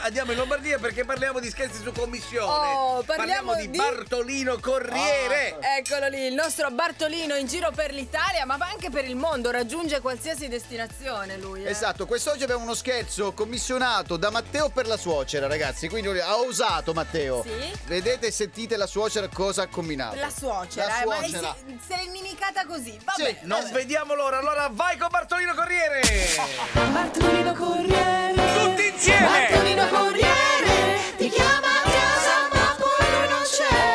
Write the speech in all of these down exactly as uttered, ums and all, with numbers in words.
andiamo in Lombardia perché parliamo di scherzi su commissione. Oh, parliamo, parliamo di, di Bartolino Corriere. Oh, eccolo lì, il nostro Bartolino in giro per l'Italia, ma anche per il mondo, raggiunge qualsiasi destinazione lui. Eh. Esatto, quest'oggi abbiamo uno scherzo commissionato da Matteo per la suocera, ragazzi. Quindi ha osato Matteo. Sì. Vedete e sentite la suocera cosa ha combinato. La suocera, La eh, ma suocera. lei si- se l'è inimicata così. Vabbè, Sì, Non vabbè. vediamo l'ora, allora vai con Bartolino Corriere. Bartolino Corriere. Tutti insieme. Bartolino Corriere ti chiama a casa ma poi lui non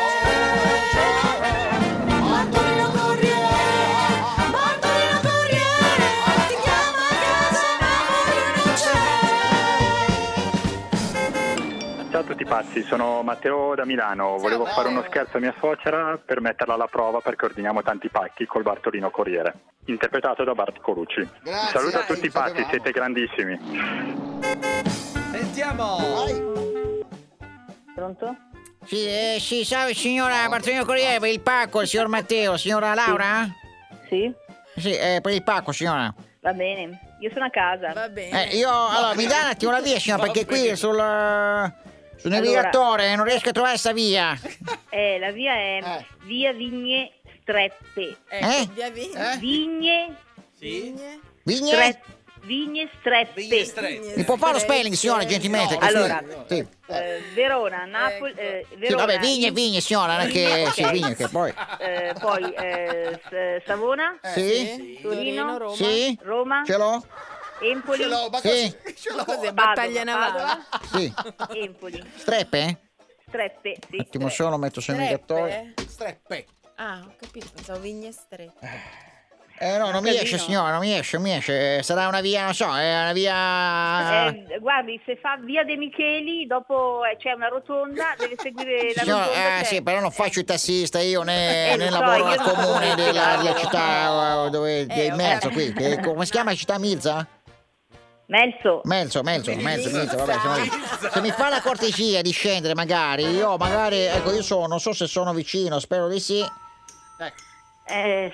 c'è. Bartolino Corriere, Bartolino Corriere ti chiama a casa ma poi lui non c'è. Ciao a tutti pazzi, sono Matteo da Milano. Volevo fare uno scherzo a mia suocera per metterla alla prova perché ordiniamo tanti pacchi col Bartolino Corriere, interpretato da Bart Colucci. Grazie. Saluto a Dai, tutti pazzi, sapevamo. siete grandissimi. Sentiamo. Pronto? Sì, eh, sì, salve signora Bartolino Corriere, per il pacco, il signor Matteo, signora Laura? Sì, Sì, eh, per il pacco signora. va bene. Io sono a casa. Va bene. Eh, io, allora, mi dà un attimo la via signora, Va perché qui bene. sul, sul navigatore non riesco a trovare sta via. Eh, la via è Eh. via Vigne Streppe. Ecco, eh? via via. Eh? Vigne, Sì. Vigne? Stre- Vigne Streppe. Viglie strette. Mi può fare lo spelling signora, gentilmente? No, che allora. sì. Sì. Eh, Verona, Napoli, eh, Sì, Verona. vabbè, vigne, vigne signora, non è che... Sì, Ok. vigne, che poi... Eh, poi eh, S- Savona, Sì? Torino, Roma. Sì? Roma, Ce l'ho? Empoli, Ce l'ho, ma Sì. così, ce l'ho. Cos'è, Padova, battaglia navale? Sì. Empoli, Streppe? Streppe, sì. Un attimo solo, metto sul navigatore. Streppe? Streppe. Ah, ho capito, pensavo vigne strette. Eh no, non mi Casino. esce signora, non mi esce, non mi esce. Sarà una via, non so, è una via... Eh, guardi, se fa via De Micheli, dopo eh, c'è una rotonda, deve seguire la Signora, rotonda. eh, c'è- sì, però non faccio il tassista, io né, Eh, né lo so, lavoro io al non so comune come della, spiegarlo. della città, eh, dove, del ho mezzo capito. qui. Che- come si chiama la città Milza? Melzo. Melzo, Melzo, Melzo, Milza, vabbè, siamo lì. Se mi fa la cortesia di scendere magari, io magari, ecco, io sono, non so se sono vicino, spero di sì. Eh,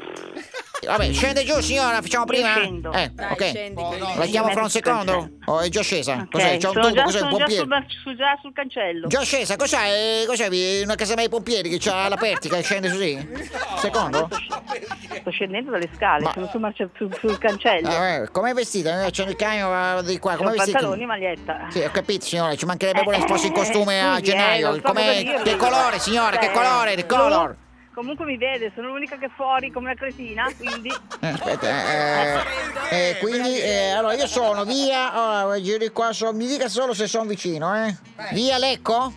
Vabbè, scende giù signora, facciamo prima? scendo. Eh, Dai, ok. scendi. Oh, che- no. La chiamo fra un Metti sul secondo? cancello. O è già scesa? ok, Cos'è? C'è un sono tubo, già, cos'è? Un sono già pompiere? sul, su- già sul cancello. Già scesa, cos'è? Cos'è? vi- Una casella dei pompieri che c'ha l'apertica e scende così? Secondo? Sto scendendo dalle scale, Ma- sono sul, marcia- sul, sul cancello. Eh, com'è vestita? C'è il camion di qua, Sono com'è vestita? pantaloni, maglietta. Sì, ho capito signore, ci mancherebbe Eh, pure se fosse in costume a scusi, eh, gennaio. non so Com'è? cosa dirle Che io. colore signore, che Eh, colore? Il blu. color? Comunque mi vede, sono l'unica che è fuori come una cretina, quindi... Eh, aspetta, eh, eh, eh, quindi, eh, allora io sono via, allora, giro di qua, so- mi dica solo se sono vicino, eh? Via Lecco?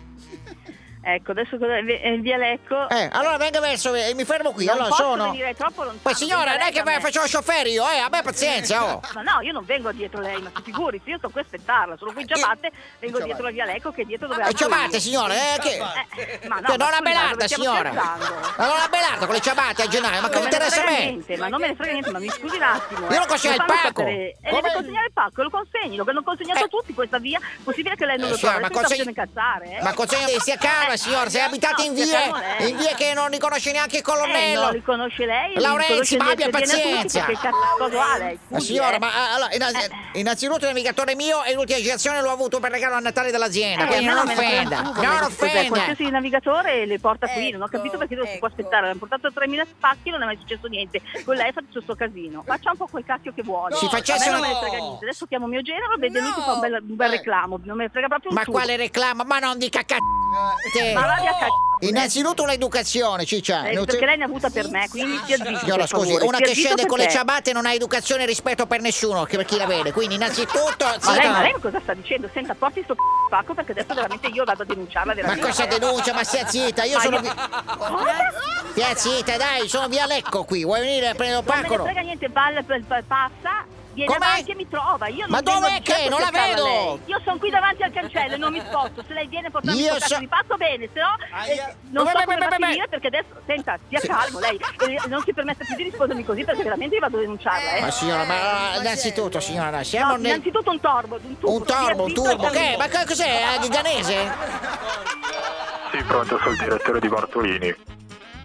Ecco, adesso cosa- è in via Lecco. Eh, allora venga verso, eh, mi fermo qui, Non allora posso sono... venire troppo lontano. Poi signora, venga non è che lei da me. faccio lo chauffeur io, eh, abbia pazienza, oh! Ma no, io non vengo dietro lei, ma si figuri, se io sto qui a aspettarla, sono qui in ciabatte, vengo dietro la via Lecco che è dietro dove E abito ciabatte io. signore, eh, che... Eh, ma no, Cioè, non ma la scusi, ma belarda dove stiamo signora! scherzando? Ma non la belarda con le ciabatte a gennaio, ma che Non mi me ne interessa a frega me? niente, ma non me ne frega niente, ma mi scusi un attimo. Io non eh. consegno Mi il fanno pacco. sapere- E Come? deve consegnare il pacco, lo consegni, lo hanno consegnato Eh. a tutti questa via, possibile che lei non Eh, lo signora, trova, ma adesso consegni- sta incazzare, eh. Ma consegna stia calma signora, sei abitati No, in stia vie, calmo lei. in vie che non riconosce neanche il Eh, colonnello. non li conosce lei, li Laurenzi, conosce ma gli abbia S D N a tutti, pazienza. Che cazzo cosa ha lei? Ma Scusi, signora, eh. ma ah, allora, innanzi- Eh. innanzitutto il navigatore mio e l'ultima generazione l'ho avuto per regalo a Natale dall'azienda, Eh, quindi a me non me ne frega offenda, un tubo, non ma cos'è? offenda. Qualsiasi navigatore le porta qui, non ho Ecco, capito perché non si può ecco. aspettare. Hanno portato tremila spacchi, non è mai successo niente. Con lei fa tutto sto casino. Faccia un po' quel cacchio che vuole. Si A facesse me non una- me ne frega niente. Adesso chiamo mio genero, vede lui che No. fa un bel, un bel Eh. reclamo. Non me ne frega proprio un Ma tubo. quale reclamo? Ma non dica c***te. Ma vada a cazzo. Innanzitutto l'educazione, ciccia. Eh, Non perché ti- lei ne ha avuta per me, quindi stia zitto. Signora, per scusi, favore, una stia che zitto scende con le perché- ciabatte non ha educazione e rispetto per nessuno, che per chi la vede. Quindi innanzitutto... Ma zitta. lei, ma lei cosa sta dicendo? Senta, porti sto c***o pacco perché adesso veramente io vado a denunciarla Ma veramente. cosa denuncia? Ma stia zitta, io Ma sono... io- vi- Cosa? Stia zitta, dai, sono via Lecco qui. Vuoi venire a prendere il Non me ne pacco? frega niente, palla, pa- pa- passa, viene Com'è? avanti e mi trova. Io non Ma vengo dov'è di certo che? Non la cercarla vedo! lei. Io sono qui davanti al cancello e non mi sposto. Se lei viene a portarmi Io questo cazzo so- di pacco, bene, se no Aia. eh, non Beh, so beh, come beh, va a beh, beh. finire perché adesso, senta, stia calmo lei. E non si permette più di rispondermi così perché veramente io vado a denunciarla, eh. Ma signora, ma Marcello. innanzitutto, signora, siamo No, nel... innanzitutto un torbo, un turbo. Un torbo, un turbo, che? Ma che cos'è? È di danese? Sì, pronto, sono il direttore di Bartolini.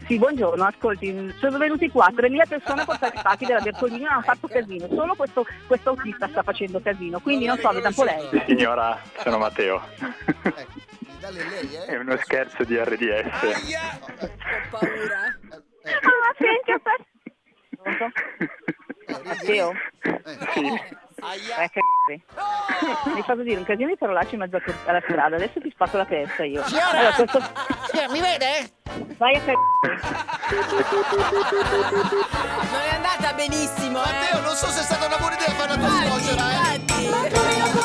Sì, buongiorno, ascolti, sono venuti qua tremila persone a portare i pacchi della Bertolini e hanno fatto casino, solo questo, questo autista sta facendo casino, quindi non so, veda un po' lei. Signora, sono Matteo. Ecco, dalle lei, eh? È uno scherzo di R D S. Aia. Ho paura. Ah, senti, aspetta. Pronto? Matteo? Sì. Eh, che mi hai fatto dire un casino di parolacce in mezzo alla strada, adesso ti spacco la testa io. Signora! Allora, questo... Signora, mi vede? Vai a c***o. Non è andata benissimo, eh. Matteo, non so se è stata una buona idea fare la tua suocera, eh? Infatti.